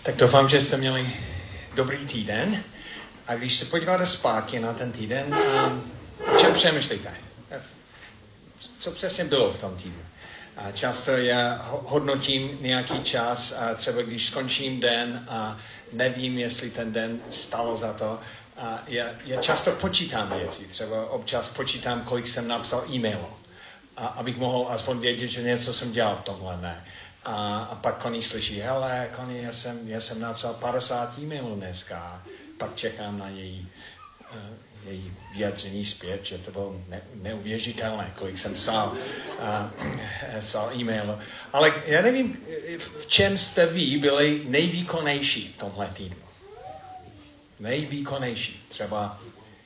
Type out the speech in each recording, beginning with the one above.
Tak doufám, že jste měli dobrý týden. A když se podíváte zpátky na ten týden, o čem přemýšlíte? Co přesně bylo v tom týdnu? A často já hodnotím nějaký čas a třeba když skončím den a nevím, jestli ten den stalo za to. A já často počítám věci. Třeba občas počítám, kolik jsem napsal e-mailů. Abych mohl aspoň vědět, že něco jsem dělal v tomhle dne. A pak Connie slyší, hele, Connie, já jsem napsal 50 e-mailů dneska. Pak čekám na její vyjádření zpět, že to bylo neuvěřitelné, kolik jsem psal e-mail. Ale já nevím, v čem jste vy byli nejvýkonnější v tomhle týdnu. Nejvýkonnější. Třeba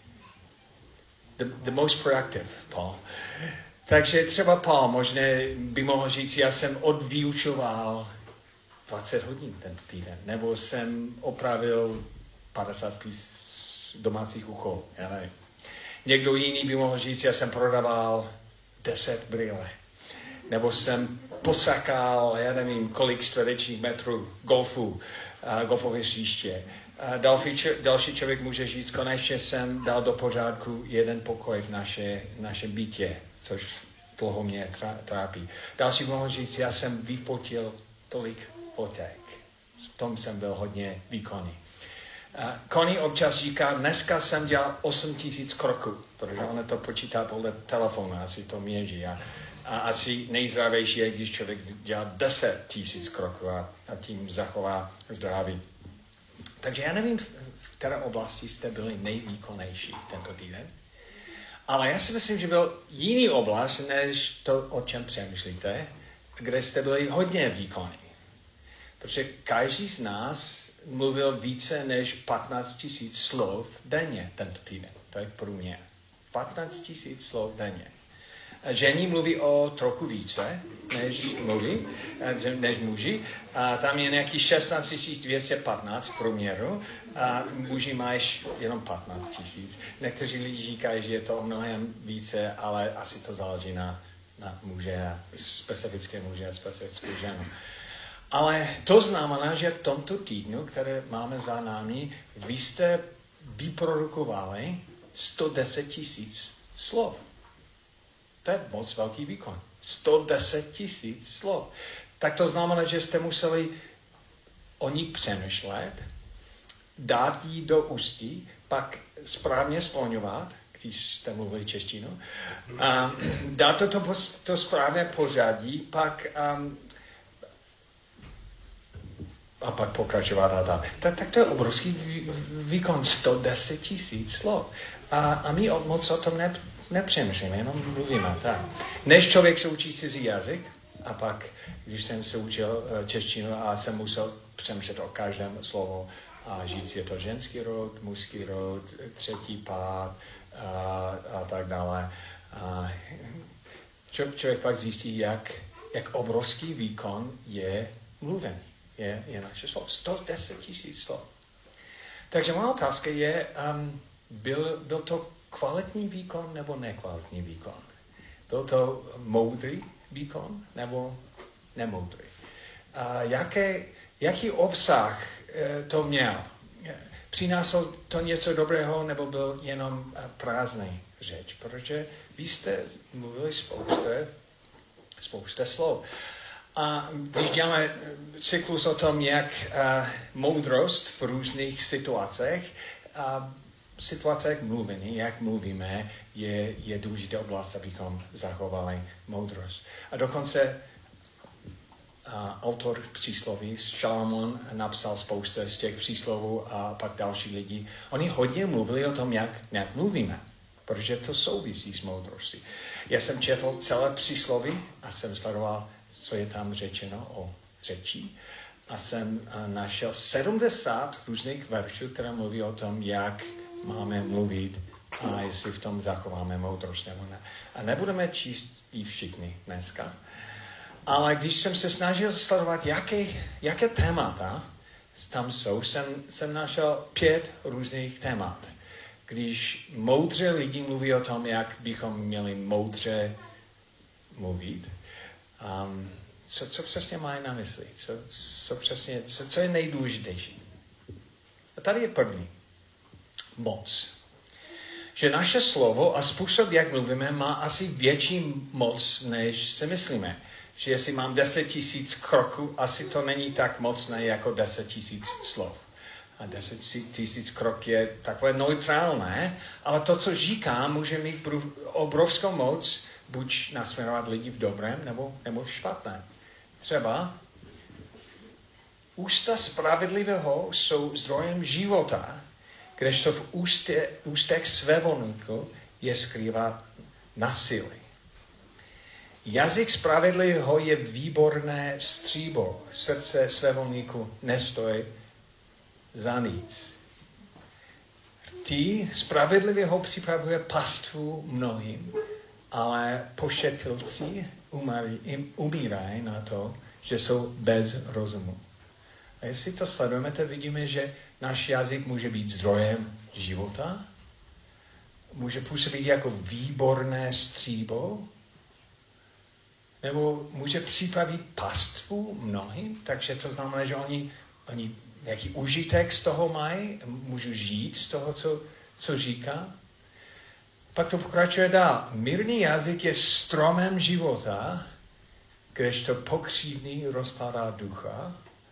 the most productive, Paul. Takže třeba Paul možná by mohl říct, já jsem odvyučoval 20 hodin tento týden, nebo jsem opravil 50 domácích úkolů. Někdo jiný by mohl říct, já jsem prodával 10 brýle. Nebo jsem posakal, já nevím, kolik čtverečních metrů golfové hřiště. Další člověk může říct, konečně jsem dal do pořádku jeden pokoj v našem bytě, což dlouho mě trápí. Další mohl říct, já jsem vyfotil tolik fotek. V tom jsem byl hodně výkonný. Connie občas říká, dneska jsem dělal 8,000 kroků, protože ona to počítá podle telefonu, asi to měří. A asi nejzdravější je, když člověk dělá 10,000 kroků a tím zachová zdraví. Takže já nevím, v které oblasti jste byli nejvýkonnější tento týden, ale já si myslím, že byl jiný oblast, než to, o čem přemýšlíte, kde jste byli hodně výkonní. Protože každý z nás mluvil více než 15 000 slov denně tento týden. To je průměr. 15 000 slov denně. Ženy mluví o trochu více než muži. A tam je nějaký 16 215 v průměru. A muži mají jenom 15 000. Někteří lidi říkají, že je to mnohem více, ale asi to záleží na muže, specifické muže a specifickou ženu. Ale to znamená, že v tomto týdnu, které máme za námi, vy jste vyprodukovali 110 000 slov. To je moc velký výkon. 110 000 slov. Tak to znamená, že jste museli o nich přemýšlet, dát jí do ústí, pak správně skloňovat, když jste mluvili češtinu, dát to správně pořadí, pak a pak pokračovat a dál. Tak to je obrovský výkon, 110 000 slov. A my moc o tom nepřemýšlíme, jenom mluvíme. Tak. Než člověk se učí cizí jazyk, a pak, když jsem se učil češtinu a jsem musel přemýšlet o každém slovu a říct, je to ženský rod, mužský rod, třetí pád a tak dále. Člověk pak zjistí, jak obrovský výkon je mluvený. Je naše slovo. 110 000 slov. Takže má otázka je, byl to kvalitní výkon nebo nekvalitní výkon? Byl to moudrý výkon nebo nemoudrý? Jaký obsah to měl? Přinášel to něco dobrého nebo byl jenom prázdný řeč? Protože vy jste mluvili spousta slov. A když děláme cyklus o tom, jak moudrost v různých situacích mluvení, jak mluvíme, je důležitá oblast, abychom zachovali moudrost. A dokonce autor přísloví Šalamón napsal spoustu z těch příslovů a pak další lidi. Oni hodně mluvili o tom, jak mluvíme, protože to souvisí s moudrostí. Já jsem četl celé přísloví a jsem sledoval, co je tam řečeno o řečí. A jsem našel 70 různých veršů, které mluví o tom, jak máme mluvit a jestli v tom zachováme moudrost nebo ne. A nebudeme číst i všichni dneska. Ale když jsem se snažil sledovat, jaké témata tam jsou, jsem našel 5 různých témat. Když moudře lidi mluví o tom, jak bychom měli moudře mluvit, Co přesně mají na mysli? Co je nejdůležitější? A tady je první. Moc. Že naše slovo a způsob, jak mluvíme, má asi větší moc, než si myslíme. Že jestli mám 10 000 kroků, asi to není tak mocné jako 10 000 slov. A 10 000 krok je takové neutrálné, ale to, co říkám, může mít obrovskou moc, buď nasměrovat lidi v dobrém, nebo v špatném. Třeba ústa spravedlivého jsou zdrojem života, kdežto v ústech svévolníku je skrývá násilí. Jazyk spravedlivého je výborné stříbro, srdce svévolníku nestojí za nic. Ty spravedlivého připravuje pastvu mnohým, ale pošetilci umírají na to, že jsou bez rozumu. A jestli to sledujeme, tak vidíme, že náš jazyk může být zdrojem života, může působit jako výborné stříbro, nebo může připravit pastvu mnohým, takže to znamená, že oni jaký užitek z toho mají, můžu žít z toho, co říká. Pak to pokračuje dál. Mírný jazyk je stromem života, kdežto pokřivný rozpadá ducha.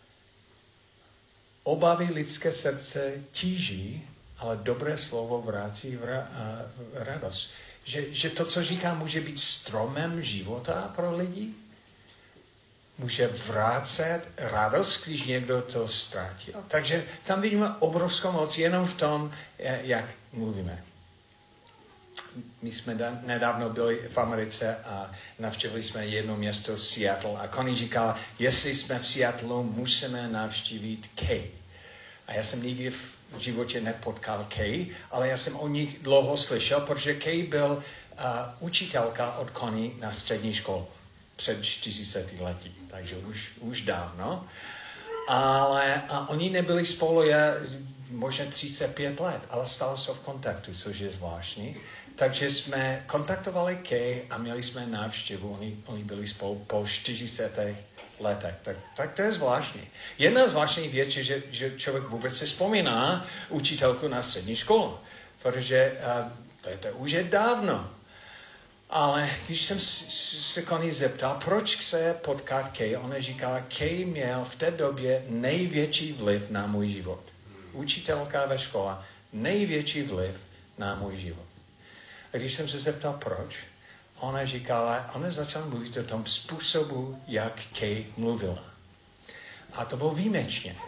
Obavy lidské srdce tíží, ale dobré slovo vrací radost. Že to, co říká, může být stromem života pro lidi. Může vrátit radost, když někdo to ztratil. Takže tam vidíme obrovskou moc jenom v tom, jak mluvíme. My jsme nedávno byli v Americe a navštívili jsme jedno město Seattle a Connie říkala, jestli jsme v Seattle, musíme navštívit Kay. A já jsem nikdy v životě nepotkal Kay, ale já jsem o nich dlouho slyšel, protože Kay byl učitelka od Connie na střední škole před 40 lety, takže už dávno. Ale oni nebyli spolu možná 35 let, ale stále jsou v kontaktu, což je zvláštní. Takže jsme kontaktovali Kay a měli jsme návštěvu. Oni byli spolu po 40 letech. Tak to je zvláštní. Jedna zvláštní věc je, že člověk vůbec se vzpomíná učitelku na střední škole. Protože to už je dávno. Ale když jsem se Connie zeptal, proč chce potkat Kay, ona říkala, Kay měl v té době největší vliv na můj život. Učitelka ve škole, největší vliv na můj život. A když jsem se zeptal, proč, ona říkala, ona začala mluvit o tom způsobu, jak Kay mluvila. A to bylo výjimečně.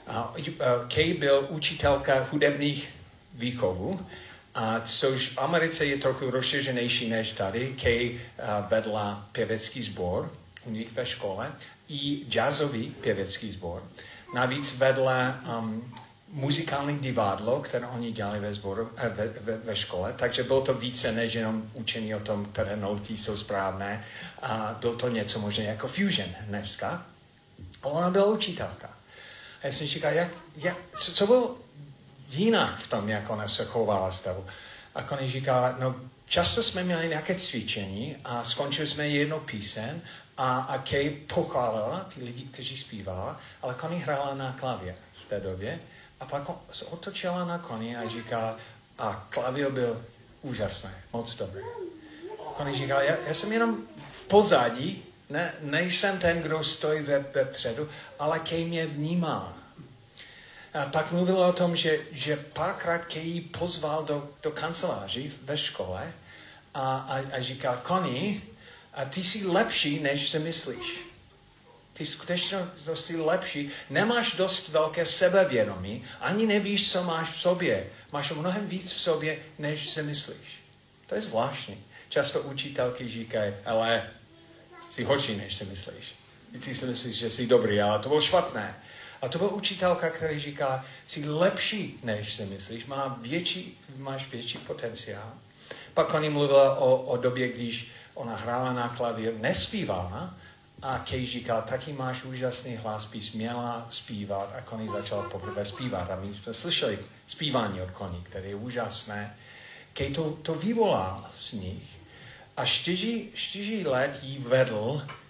Kay byl učitelka hudebních výchovů, a což v Americe je trochu rozšířenější než tady. Kay vedla pěvecký sbor u nich ve škole i jazzový pěvecký sbor. Navíc vedla muzikální divadlo, které oni dělali ve škole, takže bylo to více než jenom učení o tom, které noty jsou správné. A bylo to něco možná jako fusion dneska. A ona byla učitelka. A já jsem říkal, co bylo jinak v tom, jak ona se chovala s tebou. A ona říkala, často jsme měli nějaké cvičení a skončili jsme jednou píseň a Kay pochválila ty lidi, kteří zpívali, ale Connie hrála na klavír v té době a pak se otočila na Connie a říkala, a klavír byl úžasný, moc dobrý. Connie říkala, já jsem jenom v pozadí, nejsem ten, kdo stojí vepředu, ale Kay mě vnímá. A pak mluvila o tom, že párkrát Kay pozval do kanceláří ve škole a říkal, Connie, ty jsi lepší, než si myslíš. Ty skutečně jsi lepší, nemáš dost velké sebevědomí, ani nevíš, co máš v sobě. Máš mnohem víc v sobě, než si myslíš. To je zvláštní. Často učitelky říkají, ale jsi horší, než si myslíš. Ty si myslíš, že jsi dobrý, ale to bylo špatné. A to byla učitelka, která říká, jsi lepší, než si myslíš, máš větší potenciál. Pak Connie mluvila o době, když ona hrála na klavír, nespívala, a Kay říkal, taky máš úžasný hlas, bys měla zpívat. A Connie začala poprvé zpívat. A my jsme slyšeli zpívání od Connie, které je úžasné. Kay to vyvolal z nich. A 4 let jí vedl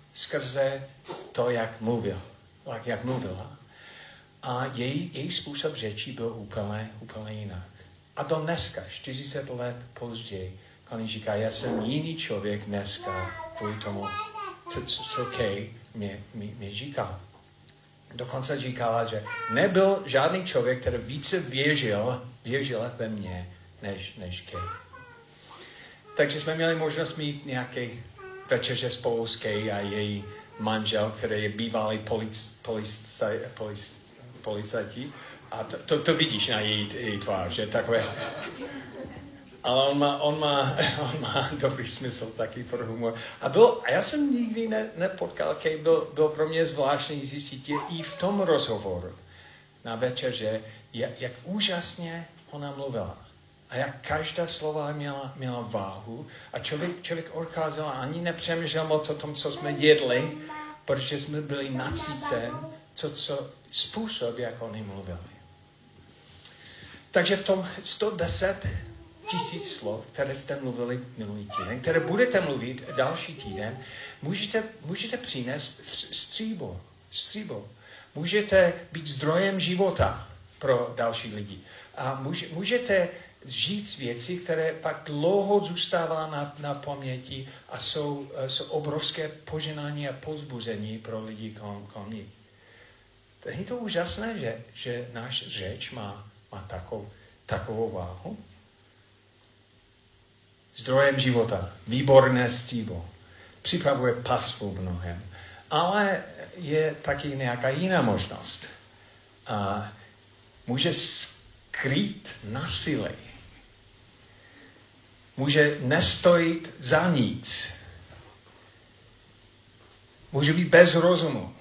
skrze to, jak mluvila. A její způsob řečí byl úplně jinak. A do dneska, 40 let později, Connie říká, já jsem jiný člověk dneska kvůli tomu, co Kay mě říkal. Dokonce říkala, že nebyl žádný člověk, který více věřil ve mě, než Kay. Takže jsme měli možnost mít nějaké večeře spolu s Kay a její manžel, který je bývalý policajti. A to vidíš na její tvář, že takové. Ale on má dobrý smysl taky pro humor. A já jsem nikdy nepotkal Kay, byl pro mě zvláštní zjistit i v tom rozhovoru na večeře, jak úžasně ona mluvila. A jak každá slova měla váhu. A člověk odcházel a ani nepřemýšlel moc o tom, co jsme jedli, protože jsme byli nasycen, způsob, jak oni mluvili. Takže v tom 110 000 slov, které jste mluvili minulý týden, které budete mluvit další týden, můžete přinést stříbo. Můžete být zdrojem života pro další lidi. A můžete říct věci, které pak dlouho zůstává na paměti a jsou obrovské poženání a povzbuzení pro lidi kolem nich. Je to úžasné, že náš řeč má takovou váhu? Zdrojem života, výborné stříbo, připravuje pasvu mnohem, ale je taky nějaká jiná možnost. A může skrýt násilí. Může nestojit za nic. Může být bez rozumu.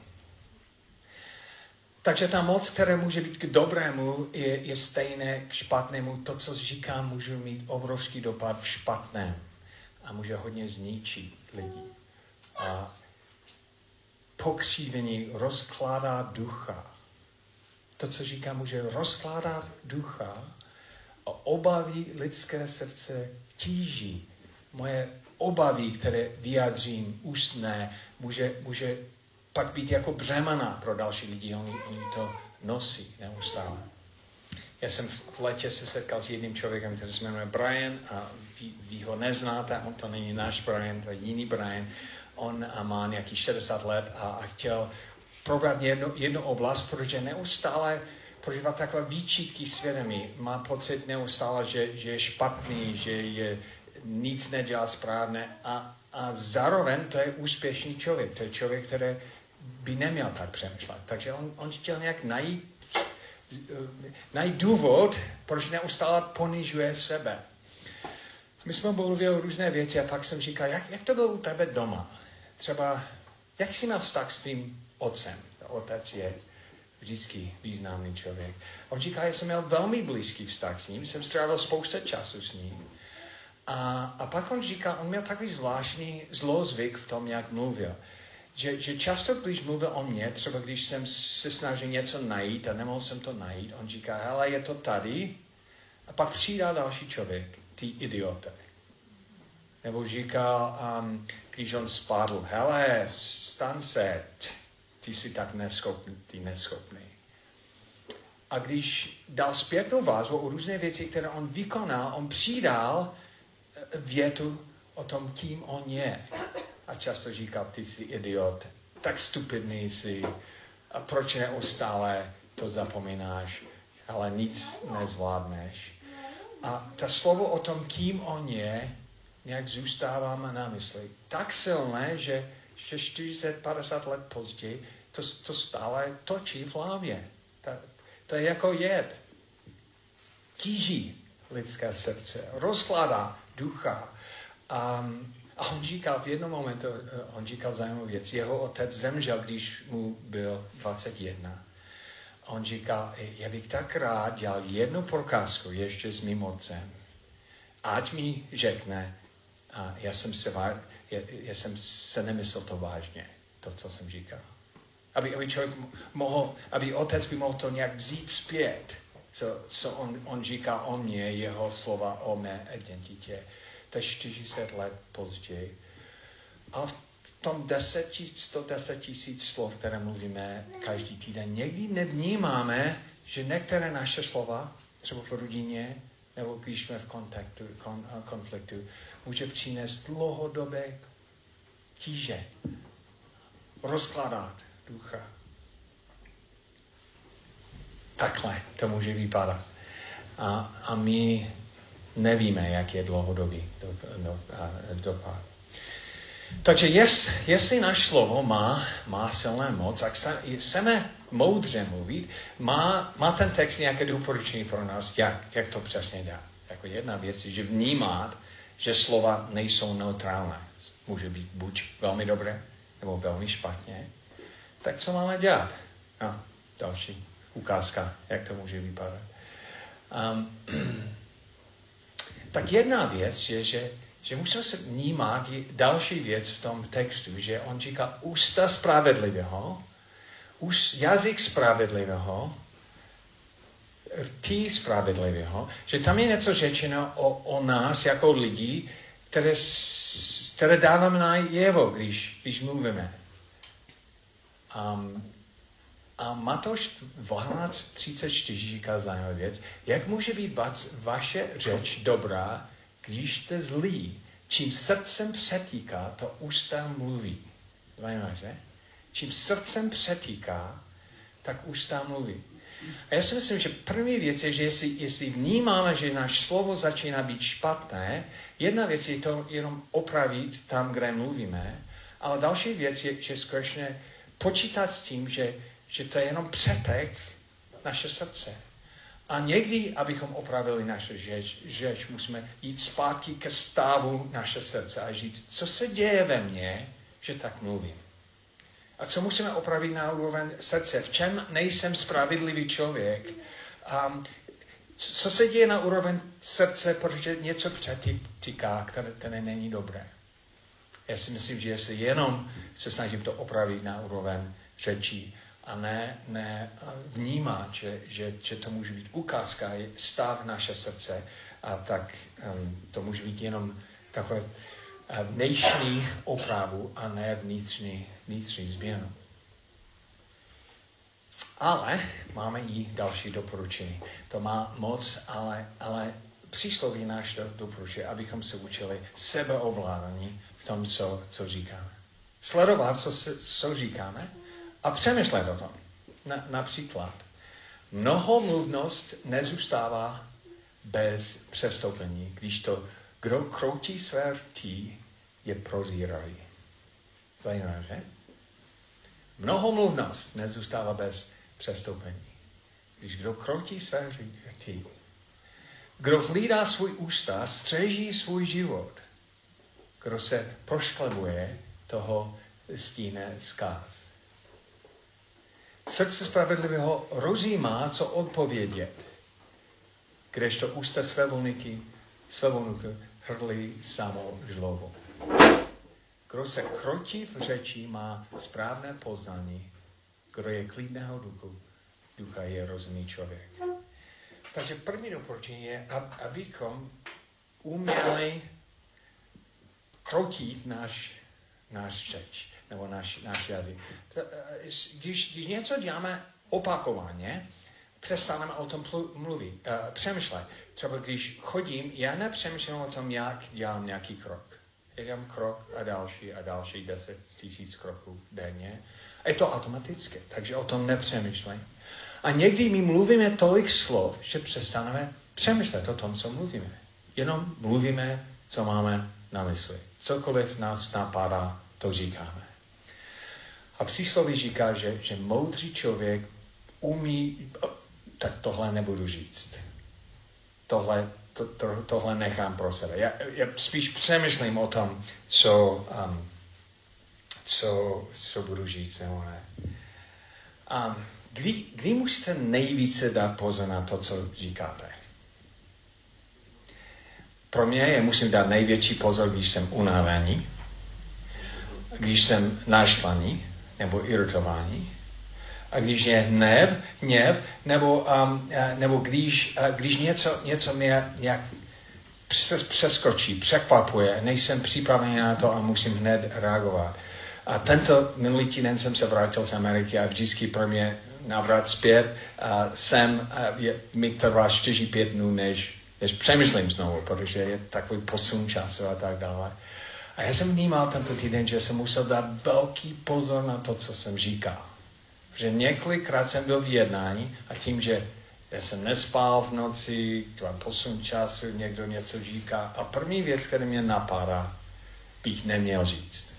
Takže ta moc, která může být k dobrému, je stejné k špatnému. To, co říkám, může mít obrovský dopad v špatném. A může hodně zničit lidi. A pokřívení rozkládá ducha. To, co říkám, může rozkládat ducha a obavy lidské srdce tíží. Moje obavy, které vyjádřím ústné, může pak být jako břemena pro další lidi. Oni to nosí neustále. Já jsem v létě se setkal s jedním člověkem, který se jmenuje Brian a vy ho neznáte, on to není náš Brian, to je jiný Brian. On má nějaký 60 let a chtěl probrat jednu oblast, protože neustále prožívá takové výčitky svědomí. Má pocit neustále, že je špatný, že je nic nedělá správně a zároveň to je úspěšný člověk. To je člověk, který by neměl tak přemýšlet. Takže on chtěl nějak najít důvod, proč neustále ponižuje sebe. My jsme mluvili o různé věci a pak jsem říkal, jak to bylo u tebe doma? Třeba, jak jsi měl vztah s tím otcem? Otec je vždycky významný člověk. On říká, já jsem měl velmi blízký vztah s ním, jsem strávil spousta času s ním. A pak on říká, on měl takový zvláštní zlozvyk v tom, jak mluvil. Že často, když mluvil o mně, třeba když jsem se snažil něco najít a nemohl jsem to najít, on říká, hele, je to tady. A pak přijde další člověk, ty idiote. Nebo říkal, když on spadl, hele, stan se, ty jsi tak neschopný. A když dal zpětnou vazbu o různé věci, které on vykonal, on přidal větu o tom, kým on je. A často říkal, ty jsi idiot, tak stupidný jsi, a proč neustále to zapomínáš, ale nic nezvládneš. A ta slovo o tom, kým on je, nějak zůstává na mysli. Tak silné, že 40-50 let později to stále točí v hlavě. To je jako jed. Tíží lidské srdce, rozkládá ducha. A on říkal v jednom momentu, on říkal zajímavou věc. Jeho otec zemřel, když mu byl 21. On říkal, já bych tak rád dělal jednu prokázku ještě s mým otcem. Ať mi řekne, a já jsem se nemyslel to vážně, to, co jsem říkal. Aby člověk aby otec by mohl to nějak vzít zpět, co on říká o mně, jeho slova o mé identitě. To je 40 let později. A v tom 110 000 slov, které mluvíme každý týden, někdy nevnímáme, že některé naše slova, třeba v rodině, nebo když jsme v konfliktu, může přinést dlouhodobé tíže, rozkladat ducha. Takhle to může vypadat. A my nevíme, jak je dlouhodobý dopad. Takže jestli naš slovo má silné moc, a chceme moudře mluvit, má ten text nějaké doporučení pro nás, jak to přesně dá. Jako jedna věc je, že vnímat, že slova nejsou neutrální. Může být buď velmi dobré, nebo velmi špatně. Tak co máme dělat? Další ukázka, jak to může vypadat. Tak jedna věc je, že musíme se vnímat další věc v tom textu, že on říká ústa spravedlivého, jazyk spravedlivého, rty spravedlivého, že tam je něco řečeno o nás jako lidi, které dáváme najevo, když mluvíme. A Matouš 12:34 říká zajímavou věc. Jak může být vaše řeč dobrá, když jste zlí? Čím srdcem přetýká, to ústa mluví. Zajímavé, že? Čím srdcem přetýká, tak ústa mluví. A já si myslím, že první věc je, že jestli vnímáme, že náš slovo začíná být špatné, jedna věc je to jenom opravit tam, kde mluvíme, ale další věc je, že skutečně počítat s tím, že to je jenom přetek naše srdce. A někdy, abychom opravili naše řeč, musíme jít zpátky ke stavu naše srdce a říct, co se děje ve mně, že tak mluvím. A co musíme opravit na úroveň srdce? V čem nejsem spravedlivý člověk? Co se děje na úroveň srdce, protože něco přetýká, které není dobré? Já si myslím, že jestli jenom se snažím to opravit na úroveň řečí a ne vnímat, že to může být ukázka, stav naše srdce, a tak to může být jenom takové vnitřní opravu a ne vnitřní změnu. Ale máme i další doporučení. To má moc, ale přísloví náš doporučuje, abychom se učili sebeovládání v tom, co říkáme. Sledovat, co říkáme, a přemýšlet o tom. Například, mnohomluvnost nezůstává bez přestoupení, když to, kdo kroutí své rty, je prozíravý. Zajímavé, že? Mnohomluvnost nezůstává bez přestoupení. Když kdo kroutí své rty, kdo hlídá svůj ústa, střeží svůj život. Kdo se prošklebuje, toho stíne zkáz. Srdce spravedlivého rozjímá, co odpovědět, kdežto ústa svévolníky hrdlí samou žlobu. Kdo se krotí v řeči, má správné poznání. Kdo je klidného ducha, je rozumný člověk. Takže první doporučení je, abychom uměli krotit náš řeč, nebo náš jazyk. Když něco děláme opakovaně, přestaneme o tom mluvit, přemýšlet. Třeba když chodím, já nepřemýšlím o tom, jak dělám nějaký krok. Já dělám krok a další 10 000 kroků denně. A je to automatické, takže o tom nepřemýšlím. A někdy my mluvíme tolik slov, že přestaneme přemýšlet o tom, co mluvíme. Jenom mluvíme, co máme na mysli. Cokoliv nás napadá, to říkáme. A přísloví říká, že moudrý člověk umí, tak tohle nebudu říct. Tohle nechám pro sebe. Já spíš přemýšlím o tom, co budu říct nebo ne. Kdy musíte nejvíce dát pozor na to, co říkáte? Pro mě musím dát největší pozor, když jsem unavený, když jsem naštvaný nebo iritovaný, a když je hněv, nebo když něco mě nějak přeskočí, překvapuje, nejsem připravený na to a musím hned reagovat. A tento minulý týden jsem se vrátil z Ameriky a vždycky pro mě návrat zpět mi trvá 4-5 dnů, než přemýšlím znovu, protože je takový posun času a tak dále. A já jsem vnímal tento týden, že jsem musel dát velký pozor na to, co jsem říkal. Protože několikrát jsem byl v jednání a tím, že já jsem nespal v noci, posun času, někdo něco říká a první věc, která mě napadá, bych neměl říct.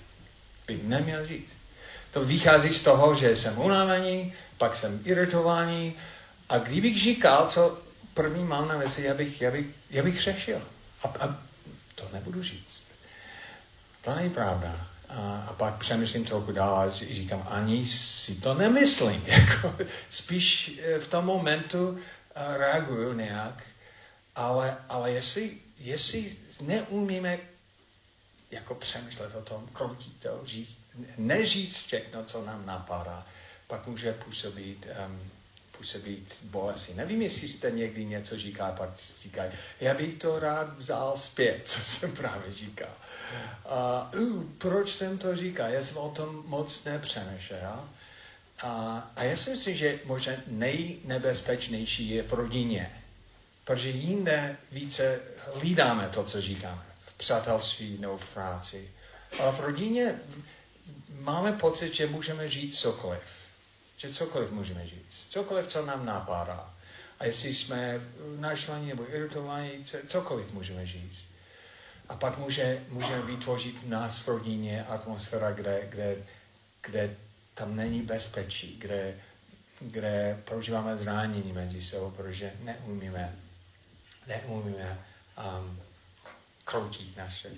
To vychází z toho, že jsem unavený, pak jsem iritovaný a kdybych říkal, co první mám na mysli, já bych řešil. A to nebudu říct. To není pravda. A pak přemýšlím trochu dál a říkám, ani si to nemyslím. Spíš v tom momentu reaguju nějak, ale jestli neumíme jako přemýšlet o tom, krotit to, neříct všechno, co nám napadá, pak může působit bolesti. Nevím, jestli jste někdy něco říkal, pak říkají, já bych to rád vzal zpět, co jsem právě říkal. Proč jsem to říkal? Já jsem o tom moc nepřemýšlel. A já si myslím, že možná nejnebezpečnější je v rodině. Protože jinde více hlídáme to, co říkáme. V přátelství nebo v práci. Ale v rodině máme pocit, že můžeme říct cokoliv. Že cokoliv můžeme říct. Cokoliv, co nám napadá. A jestli jsme naštvaní nebo iritovaní, cokoliv můžeme říct. A pak může vytvořit v nás v rodině atmosféra, kde tam není bezpečí, kde prožíváme zranění mezi sebou, protože neumíme kroutit naše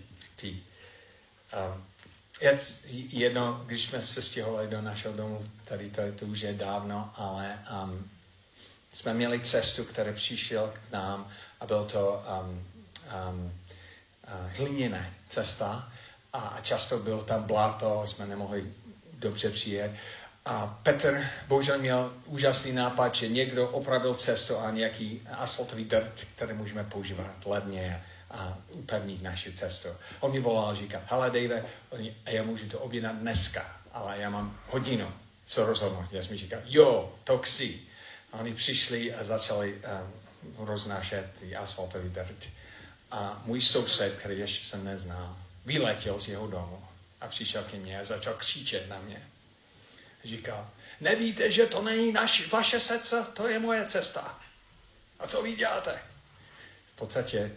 jedno, když jsme se stěhovali do našeho domu, tady to už je dávno, ale jsme měli cestu, která přišel k nám a byl to hliněná cesta a často byl tam bláto, jsme nemohli dobře přijet. A Petr bohužel měl úžasný nápad, že někdo opravil cestu a nějaký asfaltový dirt, který můžeme používat ledně a upevnit naši cestu. On mi volal a říkal, hele Dave, já můžu to objednat dneska, ale já mám hodinu, co rozhodnout. Já jsem říkal, jo, to chci. A oni přišli a začali roznášet ty asfaltový dirt. A můj soused, který ještě jsem neznal, vyletěl z jeho domu a přišel ke mně a začal křičet na mě. Říkal, nevíte, že to není vaše cesta, to je moje cesta. A co vy děláte? V podstatě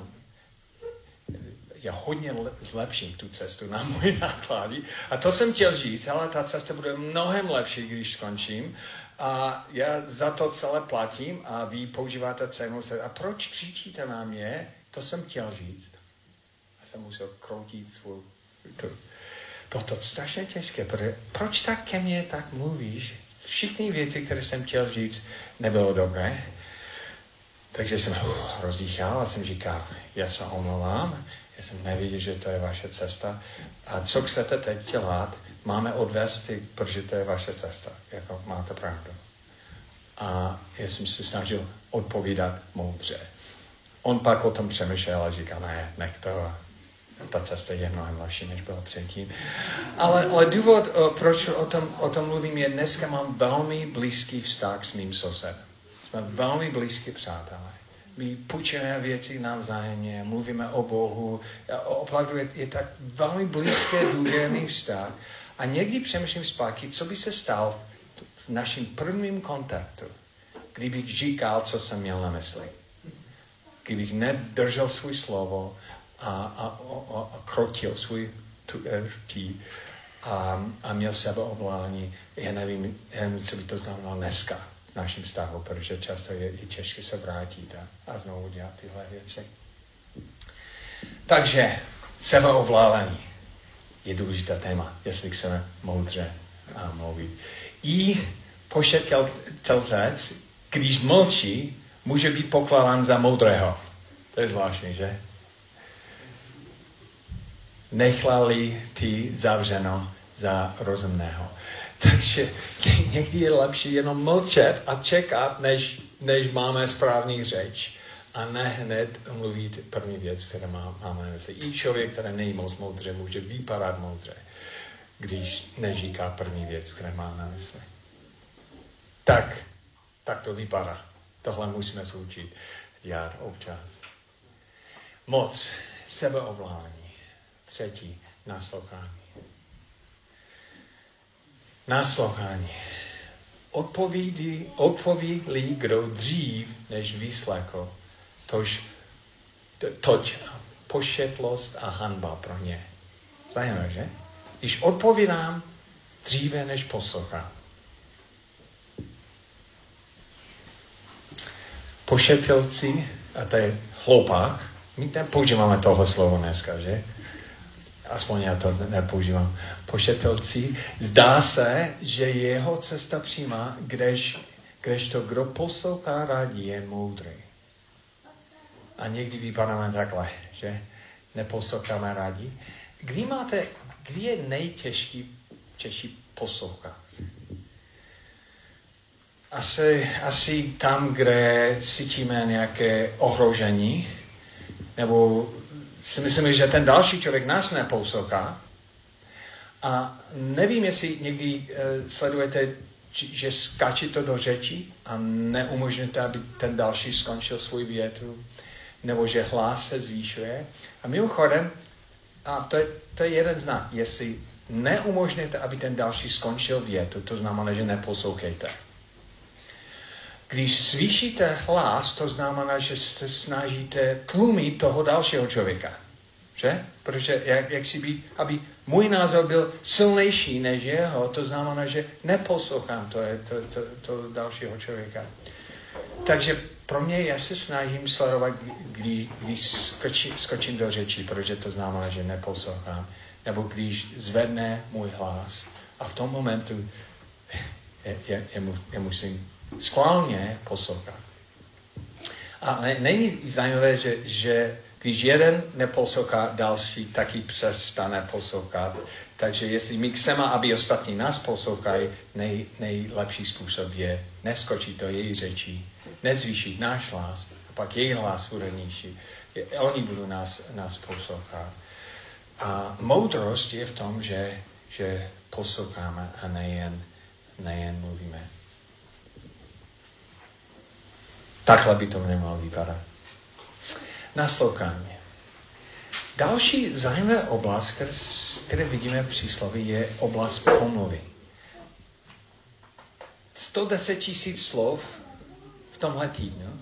já hodně zlepším tu cestu na můj náklady. A to jsem chtěl říct, ale ta cesta bude mnohem lepší, když skončím. A já za to celé platím a vy používáte cenou cestu. A proč křičíte na mě? To jsem chtěl říct. A jsem musel kroutit svůj... Bylo to strašně těžké, protože proč tak ke mně tak mluvíš? Všechny věci, které jsem chtěl říct, nebylo dobré. Takže jsem rozdýchal a jsem říkal, já se omlouvám, já jsem nevěděl, že to je vaše cesta. A co chcete teď dělat? Máme odvést, protože to je vaše cesta. Jako máte pravdu. A já jsem se snažil odpovídat moudře. On pak o tom přemýšlel a říkal, ne, nech to. Ta cesta je mnohem lepší, než byla předtím. Ale důvod, proč o tom mluvím, je, dneska mám velmi blízký vztah s mým sousedem. Jsme velmi blízký přátelé. My půjčíme věci navzájemně, mluvíme o Bohu. Opravdu je tak velmi blízký, důvěrný vztah. A někdy přemýšlím zpátky, co by se stalo v našem prvním kontaktu, kdybych říkal, co jsem měl na mysli. Kdybych nedržel svůj slovo a krotil svůj tý a měl sebeovládání. Já nevím, co by to znamenalo dneska v našem vztahu, protože často je těžké se vrátit a znovu dělat tyhle věci. Takže sebeovládání je důležité téma, jestli chceme moudře mluvit. I pošetilec, když mlčí, může být pokládán za moudrého. To je zvláštní, že? Nechlali ty zavřeno za rozumného. Takže někdy je lepší jenom mlčet a čekat, než máme správný řeč. A ne hned mluvit první věc, kterou máme na mysli. I člověk, který není moc moudře, může vypadat moudře. když neříká první věc, které má na mysli. Tak to vypadá. Tohle musíme se učit dělat občas. Moc, sebeovládání. 3. naslouchání. Naslouchání. Odpoví-li kdo dřív, než vyslechl, toť pošetlost a hanba pro ně. Zajímavé, že? Když odpovídám dříve, než poslouchám. Pošetilci, a to je hloupák, my nepoužíváme tohle slovo dneska, že? Aspoň já to nepoužívám. Pošetilci, zdá se, že jeho cesta přímá, kdežto kdo poslouchá radí, je moudrý. A někdy vypadáme takhle, že neposloucháme rádi. Kdy je nejtěžší poslouchat? Asi tam, kde cítíme nějaké ohrožení, nebo si myslíme, že ten další člověk nás neposlouchá. A nevím, jestli někdy sledujete, že skáčete do řeči a neumožňujete, aby ten další skončil svůj větu, nebo že hlas se zvýšuje. A mimochodem, to je jeden znak, jestli neumožňujete, aby ten další skončil větu, to znamená, že neposlouchejte. Když zvýšíte hlas, to znamená, že se snažíte tlumit toho dalšího člověka. Že? Protože jak si být, aby můj názor byl silnější než jeho, to znamená, že neposlouchám to dalšího člověka. Takže pro mě já se snažím sledovat, když skočím do řeči, protože to znamená, že neposlouchám. Nebo když zvedne můj hlas. A v tom momentu já musím schválně poslouchat. A není zajímavé, že když jeden neposlouchá, další taky přestane poslouchat. Takže jestli my chceme, aby ostatní nás poslouchají, nejlepší způsob je neskočit do její řeči, nezvýšit náš hlas, a pak její hlas bude nižší. Oni budou nás poslouchat. A moudrost je v tom, že posloucháme a nejen mluvíme. Takhle by to nemělo vypadat. Naslouchání. Další zajímavá oblast, které vidíme v přísloví, je oblast pomluvy. 110 000 slov v tomhle týdnu.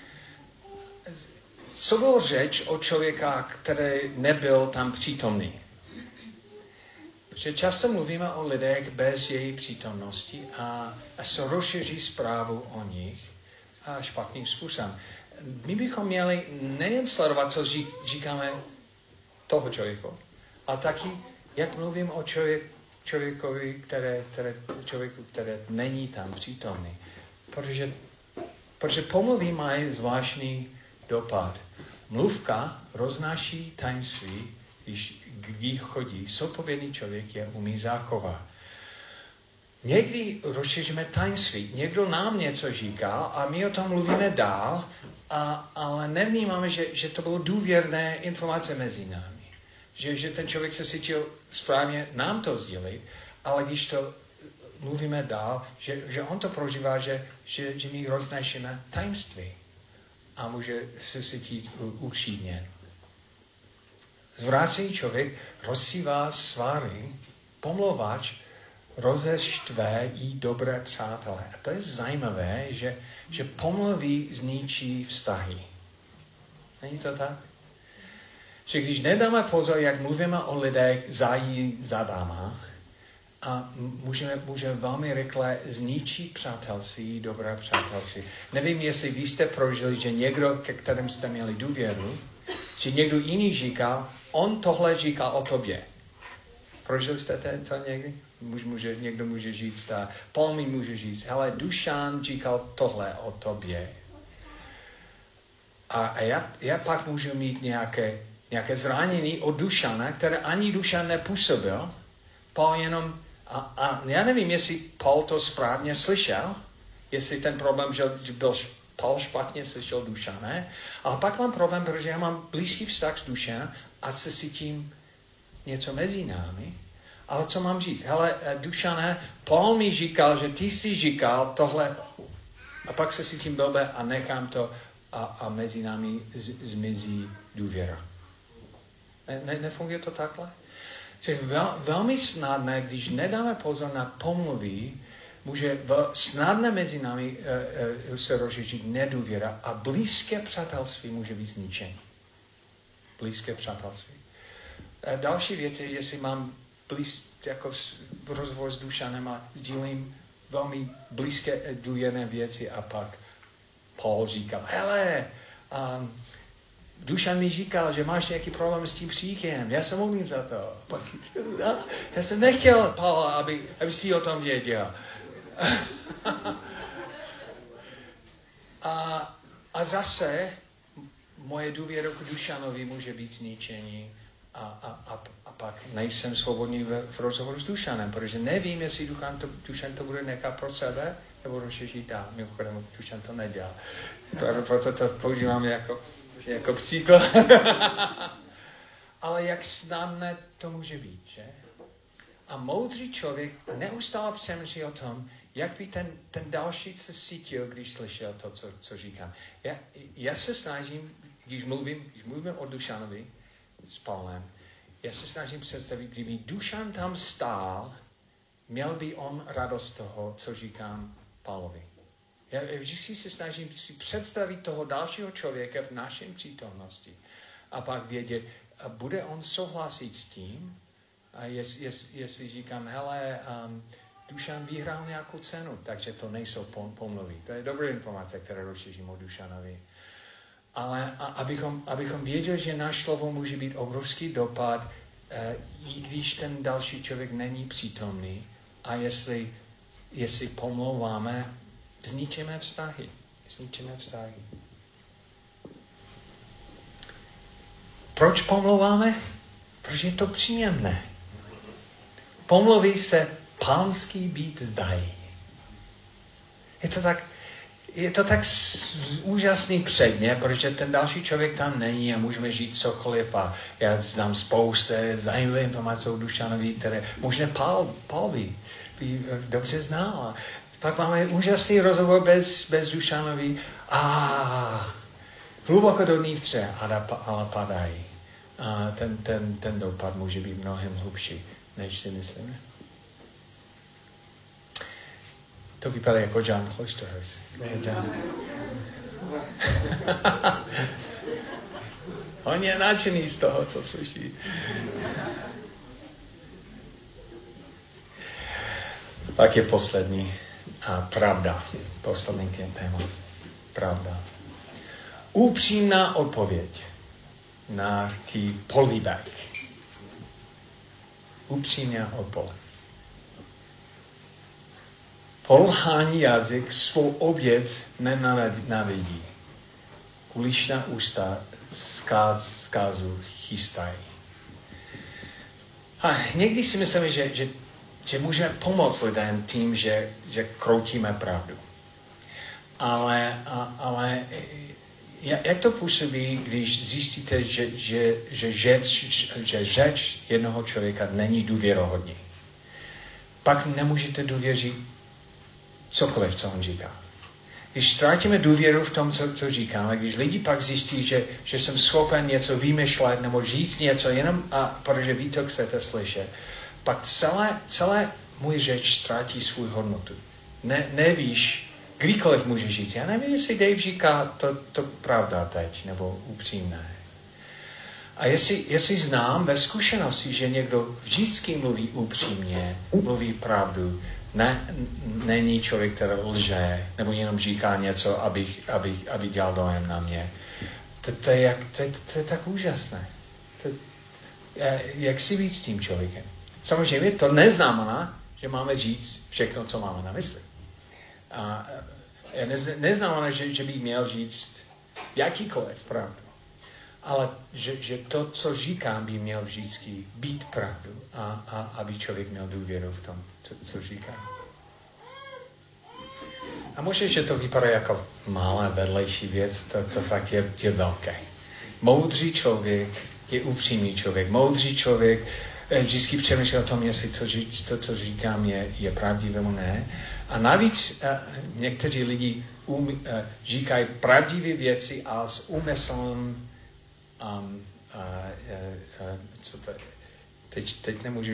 Co bylo řeč o člověka, který nebyl tam přítomný? Protože často mluvíme o lidech bez její přítomnosti a se rozšíří zprávu o nich a špatným způsobem. My bychom měli nejen sledovat, co říkáme toho člověku, ale taky, jak mluvím o člověkovi, který není tam přítomný. Protože pomluvy mají zvláštní dopad. Mluvka roznáší tajemství, když chodí. Zodpovědný člověk je umí zachovat. Někdy rozšíříme tajemství. Někdo nám něco říkal a my o tom mluvíme dál, ale nevnímáme, že to bylo důvěrné informace mezi námi. Že ten člověk se cítil správně nám to sdělit, ale když to mluvíme dál, že on to prožívá, že my roznášíme tajemství a může se cítit ukřivněn. Zvrácený člověk rozsívá svary, pomlouvač rozeštve jí dobré přátelé. A to je zajímavé, že pomluví zničí vztahy. Není to tak? Že když nedáme pozor, jak mluvíme o lidech za dáma, a můžeme velmi rychle zničit přátelství, dobré přátelství. Nevím, jestli vy jste prožili, že někdo, ke kterém jste měli důvěru, že někdo jiný říkal, on tohle říkal o tobě. Prožili jste to někdy? Někdo může říct, Paul mi může říct, hele, Dušan říkal tohle o tobě. A já pak můžu mít nějaké zranění od Dušana, které ani Dušan nepůsobil. Paul jenom, a já nevím, jestli Paul to správně slyšel, jestli ten problém, že byl Paul špatně slyšel Dušana, ale pak mám problém, protože já mám blízký vztah s Dušanem a se cítím něco mezi námi. Ale co mám říct? Hele, Dušane, Paul mi říkal, že ty jsi říkal tohle a pak se si tím blbe a nechám to a mezi námi zmizí důvěra. Nefunguje to takhle? Je velmi snadné, když nedáme pozor na pomluvy, může snadné mezi námi se rozšířit nedůvěra a blízké přátelství může být zničení. Blízké přátelství. Další věc je, jestli mám jako rozhovor s Dušanem a sdílím velmi blízké důvěrné věci a pak Paul říkal, hele, Dušan mi říkal, že máš nějaký problém s tím příkem, já se modlím za to. Pak, já jsem nechtěl, Paul, aby si o tom věděl. A zase moje důvěra k Dušanovi může být zničení a pak nejsem svobodný v rozhovoru s Dušanem, protože nevím, jestli Dušan to bude nechat pro sebe, nebo rozšíří dál. Mimochodem, Dušan to nedělá. Proto to používám jako příklad. Ale jak snadné to může být, že? A moudrý člověk neustále přemýšlí o tom, jak by ten další se cítil, když slyšel to, co říkám. Já se snažím, když mluvím o Dušanovi s Paulem, já se snažím představit, kdyby Dušan tam stál, měl by on radost toho, co říkám Paulovi. Já vždycky se snažím si představit toho dalšího člověka v našem přítomnosti a pak vědět, bude on souhlasit s tím, a jestli říkám, hele, Dušan vyhrál nějakou cenu, takže to nejsou pomluvy. To je dobrá informace, která rozšířím o Dušanovi. Ale abychom věděli, že náš slovo může být obrovský dopad, i když ten další člověk není přítomný a jestli pomlouváme, zničíme vztahy. Proč pomlouváme? Protože je to příjemné. Pomluvy se pánský být zdají. Je to tak úžasný předmět, protože ten další člověk tam není a můžeme říct cokoliv a já znám spoustu zajímavé informace o Dušanovi, které možná Paul by dobře znal. A pak máme úžasný rozhovor bez Dušanovi a hluboko do nivře, ale padají. A ten dopad může být mnohem hlubší, než si myslíme. To vypadá jako John Cloisterhurst. On je nadšený z toho, co slyší. Tak je poslední. Pravda. Poslední téma. Pravda. Upřímná odpověď na ty políbek. Upřímná odpověď. Polhání jazyk svou oběd nenávidí. Uličná ústa zkázu chystají. A někdy si myslíme, že můžeme pomoct lidem tím, že kroutíme pravdu. Ale jak to působí, když zjistíte, že řeč jednoho člověka není důvěrohodný? Pak nemůžete důvěřit cokoliv, co on říká. Když ztratíme důvěru v tom, co říkáme, když lidi pak zjistí, že jsem schopen něco vymýšlet nebo říct něco jenom, protože vy to chcete slyšet, pak celé můj řeč ztratí svou hodnotu. Nevíš, kdykoliv můžeš říct. Já nevím, jestli Dave říká to pravda teď, nebo upřímné. A jestli znám ve zkušenosti, že někdo vždycky mluví upřímně, mluví pravdu, není člověk, který lže, nebo jenom říká něco, aby dělal dojem na mě. To je tak úžasné. Jak si víc s tím člověkem? Samozřejmě to neznamená, že máme říct všechno, co máme na mysli. Neznamená, že by měl říct jakýkoliv pravdu. Ale že to, co říkám, by měl vždycky být pravdu a aby člověk měl důvěru v tom, co říká. A možná, že to vypadá jako malá vedlejší věc, to fakt je velké. Moudrý člověk je upřímný člověk. Moudrý člověk vždycky přemýšlel o tom, jestli to, co říkám, je pravdivé nebo ne. A navíc někteří lidi říkají pravdivé věci a s úmyslem, co to je? Teď nemůžu,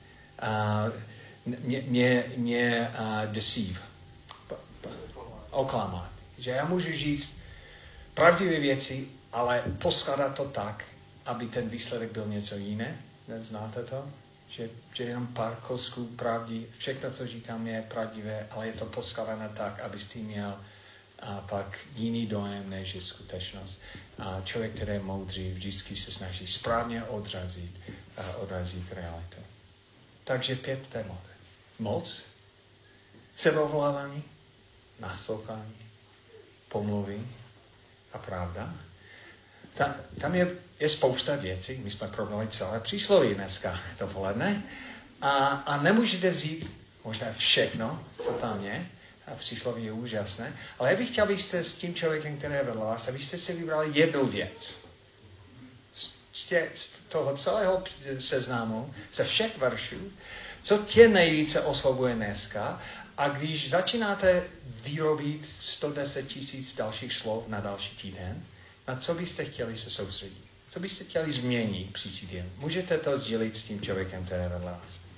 mě deceive, oklamat. Že já můžu říct pravdivé věci, ale poskládat to tak, aby ten výsledek byl něco jiné. Znáte to? Že jenom pár kosků pravdy, všechno, co říkám, je pravdivé, ale je to poskládané tak, abyste měl pak jiný dojem, než je skutečnost. A člověk, který je moudrý, vždycky se snaží správně odrazit realitu. Takže 5 témat. Moc, sebeovládání, naslouchání, pomluvy a pravda. Tam je spousta věcí. My jsme probrali celé přísloví dneska dopoledne. A nemůžete vzít možná všechno, co tam je. A přísloví je úžasné. Ale já bych chtěl, abyste s tím člověkem, který je vedle vás, abyste si vybrali jednu věc. Z toho celého seznamu, ze všech veršů, co tě nejvíce oslovuje dneska. A když začínáte vyrobit 110 000 dalších slov na další týden, na co byste chtěli se soustředit? Co byste chtěli změnit příští den? Můžete to sdělit s tím člověkem, který je vedle vás.